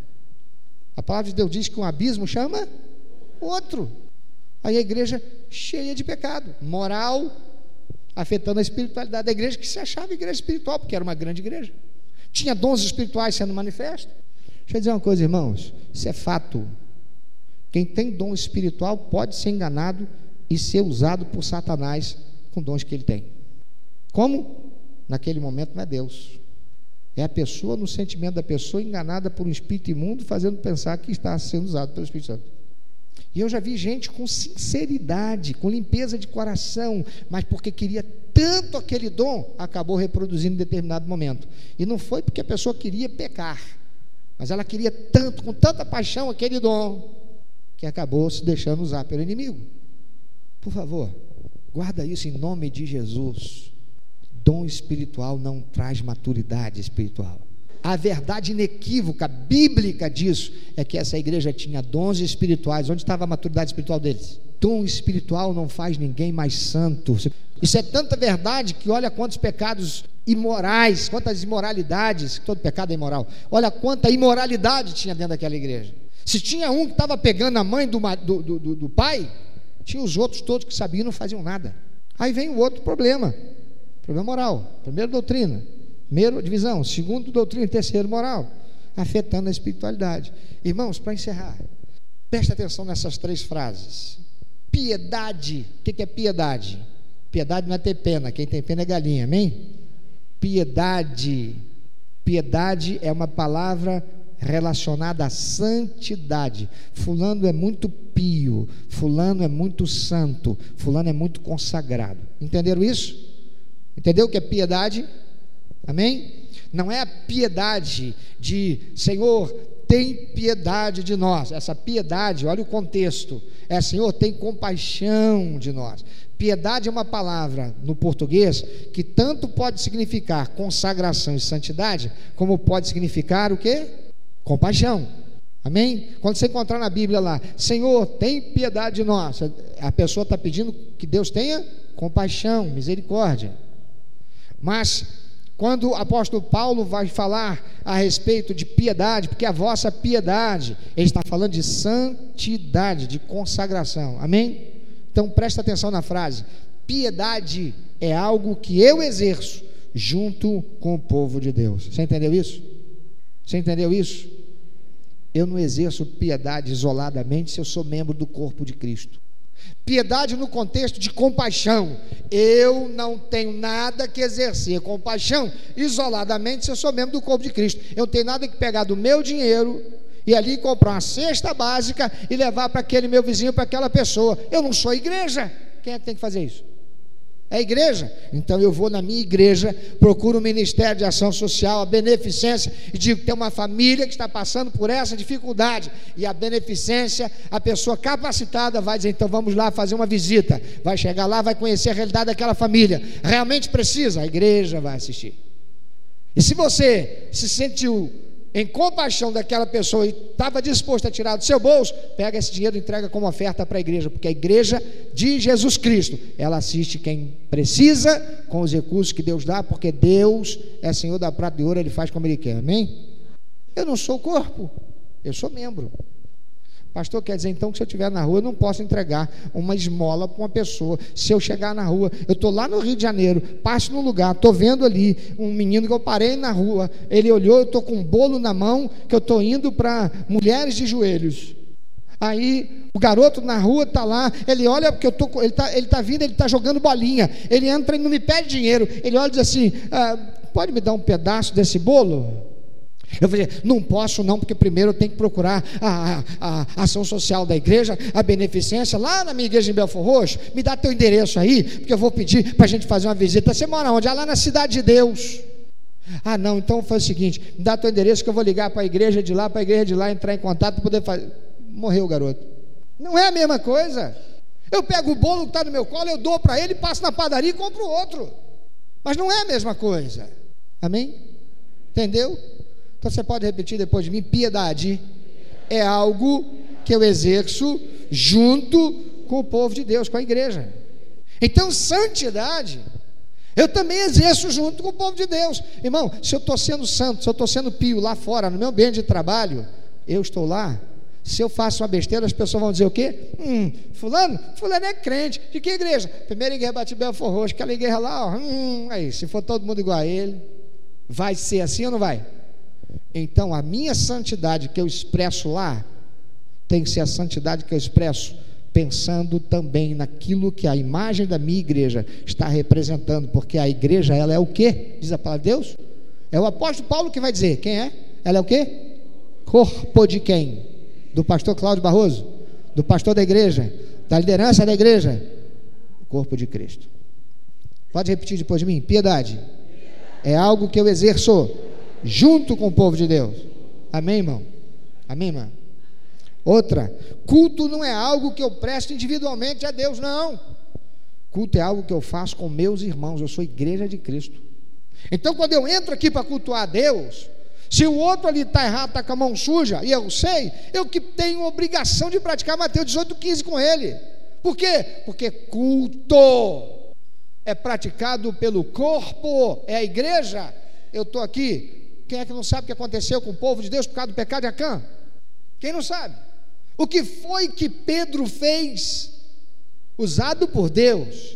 A palavra de Deus diz que um abismo chama outro. Aí a igreja cheia de pecado, moral, afetando a espiritualidade da igreja, que se achava igreja espiritual, porque era uma grande igreja. Tinha dons espirituais sendo manifestos. Deixa eu dizer uma coisa, irmãos, isso é fato. Quem tem dom espiritual pode ser enganado e ser usado por Satanás com dons que ele tem. Como? Naquele momento não é Deus, é a pessoa, no sentimento da pessoa, enganada por um espírito imundo, fazendo pensar que está sendo usado pelo Espírito Santo. E eu já vi gente com sinceridade, com limpeza de coração, mas porque queria tanto aquele dom, acabou reproduzindo em determinado momento. E não foi porque a pessoa queria pecar, mas ela queria tanto, com tanta paixão, aquele dom, que acabou se deixando usar pelo inimigo. Por favor, guarda isso em nome de Jesus. Dom espiritual não traz maturidade espiritual. A verdade inequívoca, bíblica disso, é que essa igreja tinha dons espirituais. Onde estava a maturidade espiritual deles? Dom espiritual não faz ninguém mais santo. Isso é tanta verdade que olha quantos pecados imorais, quantas imoralidades, todo pecado é imoral. Olha quanta imoralidade tinha dentro daquela igreja. Se tinha um que estava pegando a mãe do pai, tinha os outros todos que sabiam e não faziam nada. Aí vem o outro problema moral. Primeiro, doutrina. Primeiro, divisão. Segundo, doutrina. Terceiro, moral. Afetando a espiritualidade. Irmãos, para encerrar, preste atenção nessas 3 frases. Piedade. O que é piedade? Piedade não é ter pena. Quem tem pena é galinha, amém? Piedade. Piedade é uma palavra relacionada à santidade. Fulano é muito pio, fulano é muito santo, fulano é muito consagrado. Entenderam isso? Entendeu o que é piedade? Amém? Não é a piedade de Senhor, tem piedade de nós. Essa piedade, olha o contexto, é Senhor, tem compaixão de nós. Piedade é uma palavra no português que tanto pode significar consagração e santidade, como pode significar o quê? Compaixão. Amém? Quando você encontrar na Bíblia lá, Senhor, tem piedade de nós, a pessoa está pedindo que Deus tenha compaixão, misericórdia. Mas quando o apóstolo Paulo vai falar a respeito de piedade, porque a vossa piedade, ele está falando de santidade, de consagração, amém? Então presta atenção na frase: piedade é algo que eu exerço junto com o povo de Deus. Você entendeu isso? Você entendeu isso? Eu não exerço piedade isoladamente se eu sou membro do corpo de Cristo. Piedade no contexto de compaixão. Eu não tenho nada que exercer compaixão isoladamente se eu sou membro do corpo de Cristo. Eu não tenho nada que pegar do meu dinheiro e ali comprar uma cesta básica e levar para aquele meu vizinho, para aquela pessoa. Eu não sou igreja. Quem é que tem que fazer isso? É a igreja. Então eu vou na minha igreja, procuro o Ministério de Ação Social, a beneficência, e digo que tem uma família que está passando por essa dificuldade, e a beneficência, a pessoa capacitada vai dizer, então vamos lá fazer uma visita, vai chegar lá, vai conhecer a realidade daquela família, realmente precisa, a igreja vai assistir. E se você se sentiu em compaixão daquela pessoa e estava disposto a tirar do seu bolso, pega esse dinheiro e entrega como oferta para a igreja, porque a igreja de Jesus Cristo, ela assiste quem precisa com os recursos que Deus dá, porque Deus é Senhor da prata e ouro, Ele faz como Ele quer, amém? Eu não sou corpo, eu sou membro. Pastor, quer dizer então que se eu estiver na rua eu não posso entregar uma esmola para uma pessoa. Se eu chegar na rua, eu estou lá no Rio de Janeiro, passo num lugar, estou vendo ali um menino que eu parei na rua, ele olhou, eu estou com um bolo na mão, que eu estou indo para mulheres de joelhos. Aí o garoto na rua está lá, ele olha, porque ele está vindo, ele está jogando bolinha, ele entra e não me pede dinheiro, ele olha e diz assim, pode me dar um pedaço desse bolo? Eu falei, não posso não, porque primeiro eu tenho que procurar a ação social da igreja, a beneficência, lá na minha igreja em Belford Roxo, me dá teu endereço aí, porque eu vou pedir para a gente fazer uma visita. Você mora onde? Lá na Cidade de Deus. Não, então foi o seguinte, me dá teu endereço que eu vou ligar para a igreja de lá, entrar em contato para poder fazer. Morreu o garoto. Não é a mesma coisa. Eu pego o bolo que está no meu colo, eu dou para ele, passo na padaria e compro outro. Mas não é a mesma coisa. Amém? Entendeu? Então você pode repetir depois de mim: piedade é algo que eu exerço junto com o povo de Deus, com a igreja. Então santidade eu também exerço junto com o povo de Deus. Irmão, se eu estou sendo santo, se eu estou sendo pio lá fora, no meu ambiente de trabalho, eu estou lá. Se eu faço uma besteira, as pessoas vão dizer o quê? Fulano é crente. De que igreja? Primeira igreja Batista Belford Roxo, aquela igreja lá, aí, se for todo mundo igual a ele, vai ser assim ou não vai? Então a minha santidade que eu expresso lá tem que ser a santidade que eu expresso pensando também naquilo que a imagem da minha igreja está representando, porque a igreja, ela é o quê? Diz a palavra de Deus? É o apóstolo Paulo que vai dizer. Quem é? Ela é o quê? Corpo de quem? Do pastor Cláudio Barroso? Do pastor da igreja? Da liderança da igreja? Corpo de Cristo. Pode repetir depois de mim? Piedade é algo que eu exerço junto com o povo de Deus. Amém, irmão? Amém, irmã? Outra, culto não é algo que eu presto individualmente a Deus, não. Culto é algo que eu faço com meus irmãos. Eu sou igreja de Cristo. Então quando eu entro aqui para cultuar a Deus, se o outro ali está errado, está com a mão suja, e eu sei, eu que tenho obrigação de praticar Mateus 18:15 com ele. Por quê? Porque culto é praticado pelo corpo, é a igreja. Eu estou aqui. Quem é que não sabe o que aconteceu com o povo de Deus por causa do pecado de Acã? Quem não sabe? O que foi que Pedro fez, usado por Deus,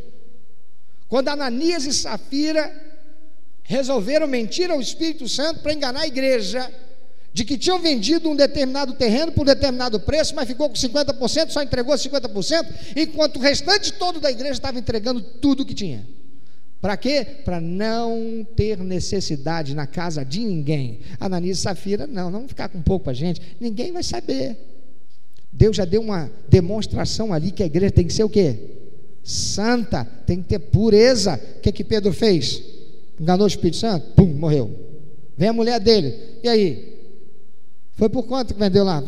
quando Ananias e Safira resolveram mentir ao Espírito Santo para enganar a igreja, de que tinham vendido um determinado terreno por um determinado preço, mas ficou com 50%, só entregou 50%, enquanto o restante todo da igreja estava entregando tudo o que tinha. Para quê? Para não ter necessidade na casa de ninguém. Ananias e Safira, não vamos ficar com pouco para a gente, ninguém vai saber. Deus já deu uma demonstração ali que a igreja tem que ser o quê? Santa, tem que ter pureza. O que Pedro fez? Enganou o Espírito Santo? Pum, morreu. Vem a mulher dele, e aí? Foi por quanto que vendeu lá?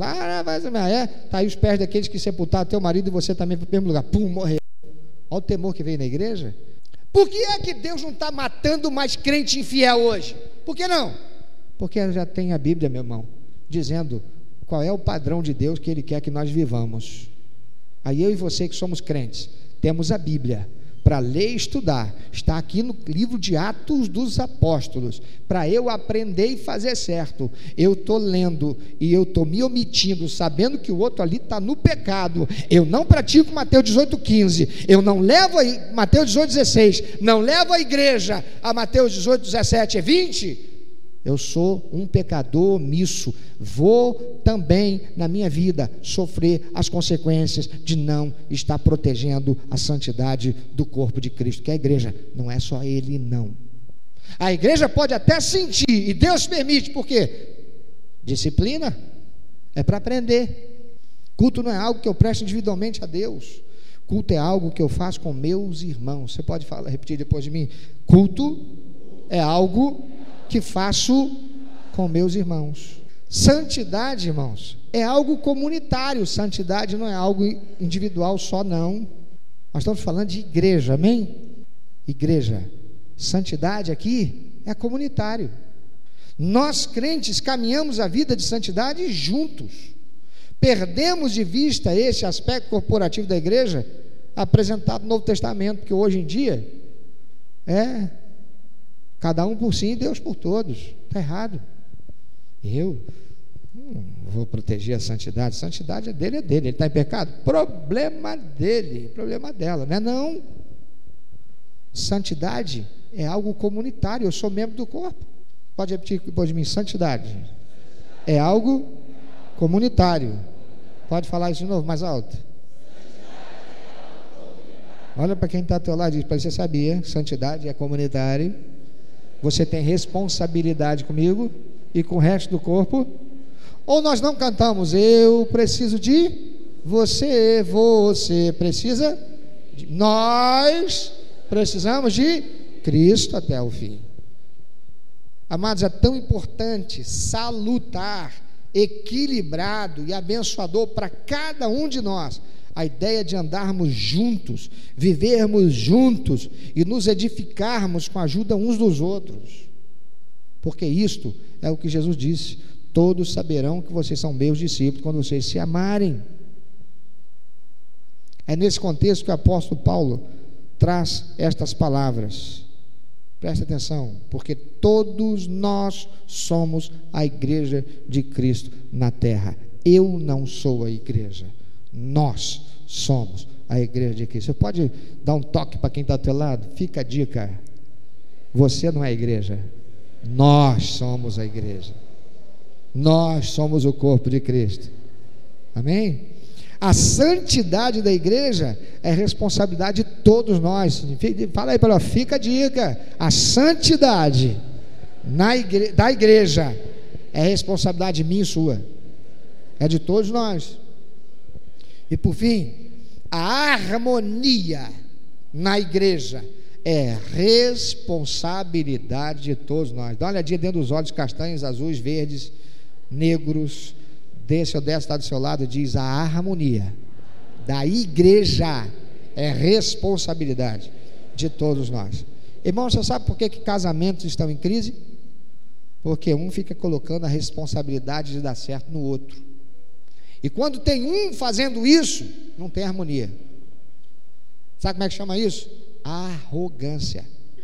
Está aí os pés daqueles que sepultaram teu marido e você também para o mesmo lugar. Pum, morreu. Olha o temor que veio na igreja. Por que é que Deus não está matando mais crente infiel hoje? Por que não? Porque já tem a Bíblia, meu irmão, dizendo qual é o padrão de Deus que Ele quer que nós vivamos. Aí eu e você que somos crentes, temos a Bíblia para ler e estudar. Está aqui no livro de Atos dos Apóstolos, para eu aprender e fazer certo. Eu estou lendo e eu estou me omitindo, sabendo que o outro ali está no pecado. Eu não pratico Mateus 18:15, eu não levo a Mateus 18:16, não levo a igreja a Mateus 18:17 e 20. Eu sou um pecador omisso, vou também na minha vida sofrer as consequências de não estar protegendo a santidade do corpo de Cristo, que é a igreja, não é só ele não. A igreja pode até sentir, e Deus permite, por quê? Disciplina, é para aprender. Culto não é algo que eu presto individualmente a Deus, culto é algo que eu faço com meus irmãos. Você pode repetir depois de mim? Culto é algo que faço com meus irmãos. Santidade, irmãos, é algo comunitário. Santidade não é algo individual só, não. Nós estamos falando de igreja, amém? Igreja. Santidade aqui é comunitário. Nós crentes caminhamos a vida de santidade juntos. Perdemos de vista esse aspecto corporativo da igreja apresentado no Novo Testamento, porque hoje em dia cada um por si e Deus por todos. Está errado. Eu não vou proteger a santidade. A santidade é dele. Ele está em pecado? Problema dele, problema dela, não é não. Santidade é algo comunitário. Eu sou membro do corpo. Pode repetir depois de mim: santidade é algo comunitário. Pode falar isso de novo, mais alto. Olha para quem está ao teu lado e diz: para você sabia, santidade é comunitário. Você tem responsabilidade comigo e com o resto do corpo. Ou nós não cantamos: eu preciso de você, você precisa de... Nós precisamos de Cristo até o fim. Amados, é tão importante, salutar, equilibrado e abençoador para cada um de nós a ideia de andarmos juntos, vivermos juntos e nos edificarmos com a ajuda uns dos outros, porque isto é o que Jesus disse: todos saberão que vocês são meus discípulos quando vocês se amarem. É nesse contexto que o apóstolo Paulo traz estas palavras. Presta atenção, porque todos nós somos a igreja de Cristo na terra. Eu não sou a igreja, nós somos a igreja de Cristo. Você pode dar um toque para quem está ao teu lado? Fica a dica: você não é a igreja, nós somos a igreja, nós somos o corpo de Cristo. Amém? A santidade da igreja é responsabilidade de todos nós. Fala aí para ela, fica a dica: a santidade da igreja é responsabilidade minha e sua, é de todos nós. E por fim, a harmonia na igreja é responsabilidade de todos nós. Dá uma olhadinha dentro dos olhos castanhos, azuis, verdes, negros, desse ou dessa está do seu lado, diz: a harmonia da igreja é responsabilidade de todos nós. Irmão, você sabe por que casamentos estão em crise? Porque um fica colocando a responsabilidade de dar certo no outro, e quando tem um fazendo isso, não tem harmonia. Sabe como é que chama isso? Arrogância,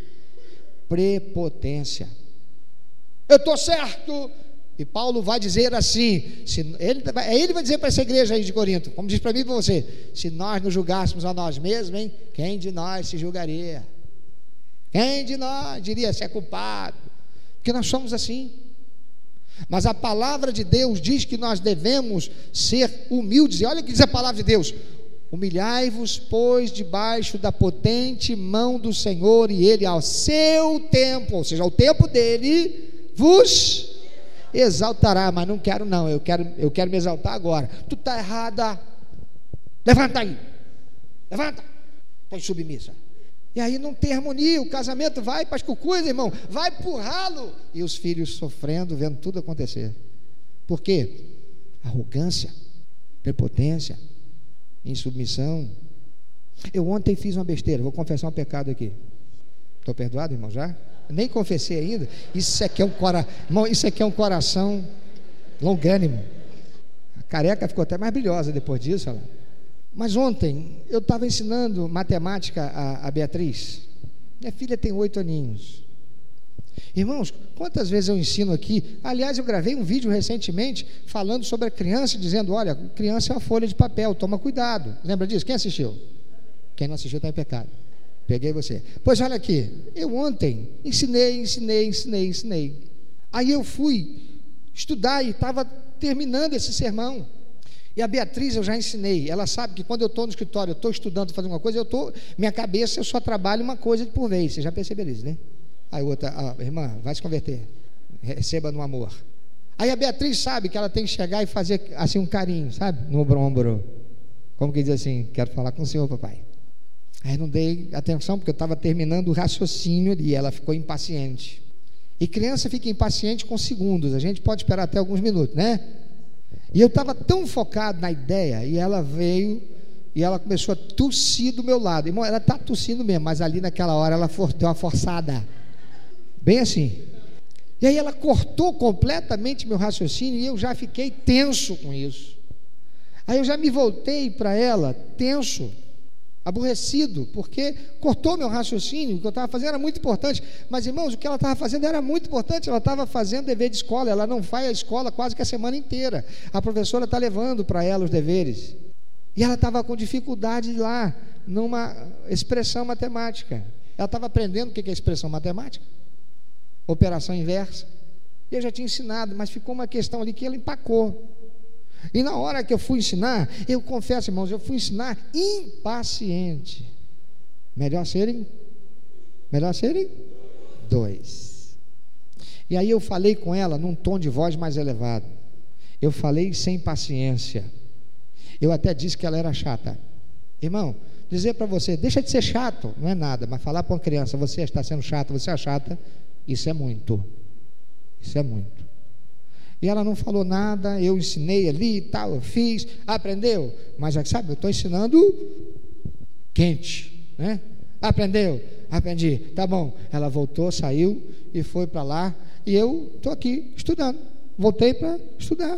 prepotência. Eu estou certo. E Paulo vai dizer assim, ele vai dizer para essa igreja aí de Corinto, como diz para mim e para você: se nós nos julgássemos a nós mesmos, hein, quem de nós se julgaria? Quem de nós diria se é culpado? Porque nós somos assim. Mas a palavra de Deus diz que nós devemos ser humildes. E olha o que diz a palavra de Deus: humilhai-vos, pois, debaixo da potente mão do Senhor, e Ele ao seu tempo, ou seja, ao tempo dele, vos exaltará. Mas não quero não, eu quero me exaltar agora. Tu está errada, levanta aí, levanta, põe submissa. E aí não tem harmonia, o casamento vai para as cucuias, irmão, vai pro ralo, e os filhos sofrendo, vendo tudo acontecer. Por quê? Arrogância, prepotência, insubmissão. Eu ontem fiz uma besteira, vou confessar um pecado aqui. Estou perdoado, irmão, já? Nem confessei ainda. Isso aqui é irmão, isso aqui é um coração longânimo. A careca ficou até mais brilhosa depois disso, olha lá. Mas ontem eu estava ensinando matemática a Beatriz. Minha filha tem 8 aninhos. Irmãos, quantas vezes eu ensino aqui? Aliás, eu gravei um vídeo recentemente falando sobre a criança, dizendo: olha, criança é uma folha de papel, toma cuidado. Lembra disso? Quem assistiu? Quem não assistiu está em pecado. Peguei você. Pois olha aqui, eu ontem ensinei. Aí eu fui estudar e estava terminando esse sermão. E a Beatriz eu já ensinei. Ela sabe que quando eu estou no escritório, eu estou estudando, fazendo uma coisa, minha cabeça, eu só trabalho uma coisa por vez. Você já percebeu isso, né? Aí outra: irmã, vai se converter, receba no amor. Aí a Beatriz sabe que ela tem que chegar e fazer assim um carinho, sabe? No ombro. Como que diz assim: quero falar com o senhor, papai. Aí não dei atenção, porque eu estava terminando o raciocínio ali, e ela ficou impaciente. E criança fica impaciente com segundos, a gente pode esperar até alguns minutos, né? E eu estava tão focado na ideia, e ela veio, e ela começou a tossir do meu lado. Irmão, ela está tossindo mesmo, mas ali naquela hora ela deu uma forçada, bem assim. E aí ela cortou completamente meu raciocínio e eu já fiquei tenso com isso. Aí eu já me voltei para ela tenso, aborrecido, porque cortou meu raciocínio. O que eu estava fazendo era muito importante. Mas, irmãos, o que ela estava fazendo era muito importante. Ela estava fazendo dever de escola. Ela não vai à escola quase que a semana inteira. A professora está levando para ela os deveres. E ela estava com dificuldade lá, numa expressão matemática. Ela estava aprendendo o que é expressão matemática, operação inversa. Eu já tinha ensinado, mas ficou uma questão ali que ela empacou. E na hora que eu fui ensinar, eu confesso, irmãos, eu fui ensinar impaciente. Melhor serem 2. E aí eu falei com ela num tom de voz mais elevado. Eu falei sem paciência. Eu até disse que ela era chata. Irmão, dizer para você, deixa de ser chato, não é nada, mas falar para uma criança, você está sendo chato, você é chata, isso é muito. Isso é muito. E ela não falou nada, eu ensinei ali e tal, eu fiz, aprendeu, mas sabe, eu estou ensinando quente, né? Aprendeu? Aprendi, tá bom. Ela voltou, saiu e foi para lá, e eu estou aqui estudando, voltei para estudar.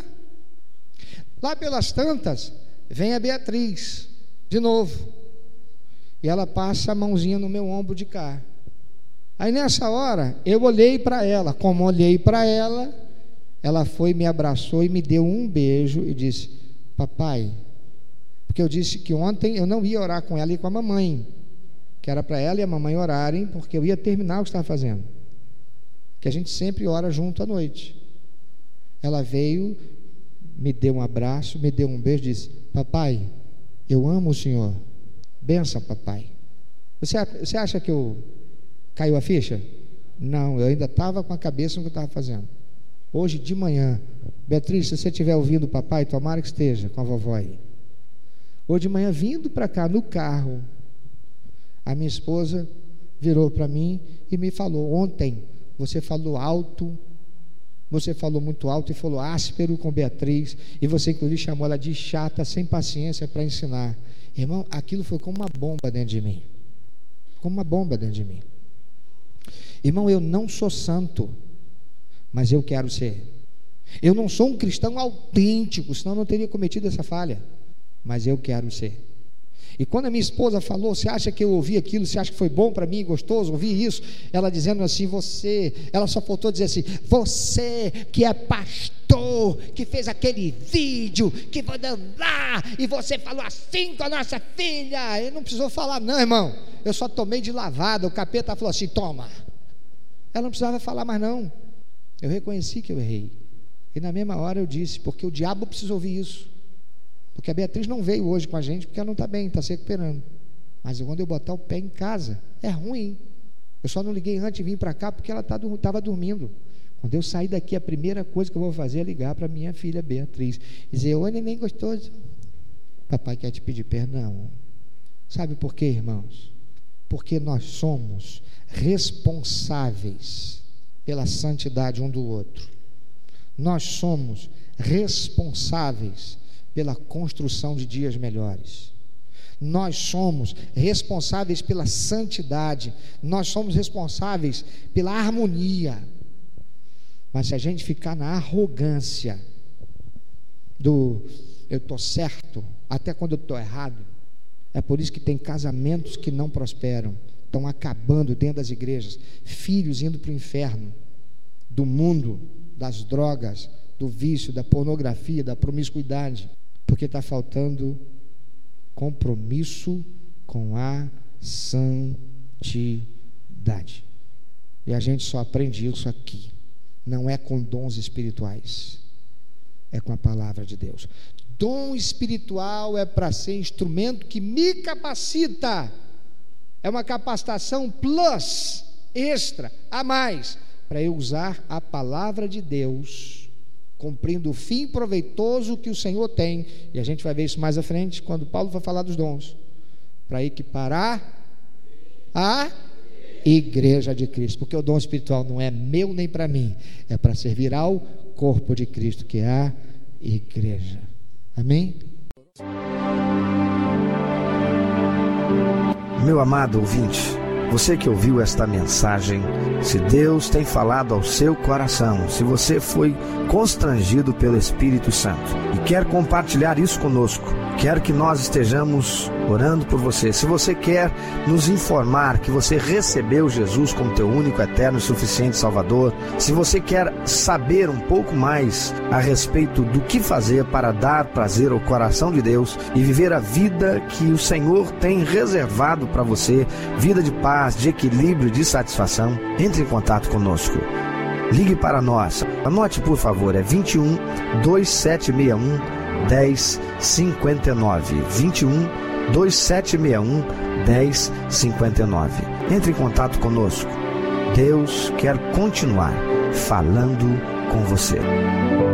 Lá pelas tantas, vem a Beatriz, de novo, e ela passa a mãozinha no meu ombro de cá. Aí nessa hora, eu olhei para ela, como olhei para ela, ela foi, me abraçou e me deu um beijo e disse, papai, porque eu disse que ontem eu não ia orar com ela e com a mamãe, que era para ela e a mamãe orarem, porque eu ia terminar o que estava fazendo, que a gente sempre ora junto à noite. Ela veio, me deu um abraço, me deu um beijo e disse, papai, eu amo o senhor, benção papai. Você acha que caiu a ficha? Não, eu ainda estava com a cabeça no que eu estava fazendo. Hoje de manhã, Beatriz, se você estiver ouvindo o papai, tomara que esteja com a vovó aí. Hoje de manhã, vindo para cá no carro, a minha esposa virou para mim e me falou, ontem você falou alto, você falou muito alto e falou áspero com Beatriz, e você inclusive chamou ela de chata, sem paciência para ensinar. Irmão, aquilo foi como uma bomba dentro de mim. Como uma bomba dentro de mim. Irmão, eu não sou santo, mas eu quero ser. Eu não sou um cristão autêntico, senão eu não teria cometido essa falha, mas eu quero ser. E quando a minha esposa falou, você acha que eu ouvi aquilo, você acha que foi bom para mim, gostoso, ouvir isso? Ela dizendo assim, ela só faltou dizer assim, você que é pastor, que fez aquele vídeo, que vai lá, e você falou assim com a nossa filha. Ele não precisou falar não, irmão, eu só tomei de lavada, o capeta falou assim, toma. Ela não precisava falar mais não, eu reconheci que eu errei, e na mesma hora eu disse, porque o diabo precisa ouvir isso. Porque a Beatriz não veio hoje com a gente, porque ela não está bem, está se recuperando. Mas quando eu botar o pé em casa, é ruim. Eu só não liguei antes de vir para cá, porque ela estava dormindo. Quando eu sair daqui, a primeira coisa que eu vou fazer é ligar para minha filha Beatriz. E dizer, oi neném gostoso, papai quer te pedir perdão. Sabe por quê, irmãos? Porque nós somos responsáveis pela santidade um do outro. Nós somos responsáveis pela construção de dias melhores. Nós somos responsáveis pela santidade, nós somos responsáveis pela harmonia. Mas se a gente ficar na arrogância eu estou certo, até quando eu estou errado, é por isso que tem casamentos que não prosperam, estão acabando dentro das igrejas, filhos indo para o inferno, do mundo, das drogas, do vício, da pornografia, da promiscuidade, porque está faltando compromisso com a santidade. E a gente só aprende isso aqui. Não é com dons espirituais, é com a palavra de Deus. Dom espiritual é para ser instrumento que me capacita. É uma capacitação plus, extra, a mais, para eu usar a palavra de Deus, cumprindo o fim proveitoso que o Senhor tem, e a gente vai ver isso mais à frente, quando Paulo vai falar dos dons, para equiparar a igreja de Cristo, porque o dom espiritual não é meu nem para mim, é para servir ao corpo de Cristo, que é a igreja. Amém? Meu amado ouvinte, Você que ouviu esta mensagem, se Deus tem falado ao seu coração, se você foi constrangido pelo Espírito Santo e quer compartilhar isso conosco, quero que nós estejamos orando por você. Se você quer nos informar que você recebeu Jesus como teu único, eterno e suficiente Salvador, se você quer saber um pouco mais a respeito do que fazer para dar prazer ao coração de Deus e viver a vida que o Senhor tem reservado para você, vida de paz, de equilíbrio, de satisfação, entre em contato conosco. Ligue para nós. Anote, por favor, é 21 2761 1059. 21 2761 1059. Entre em contato conosco. Deus quer continuar falando com você.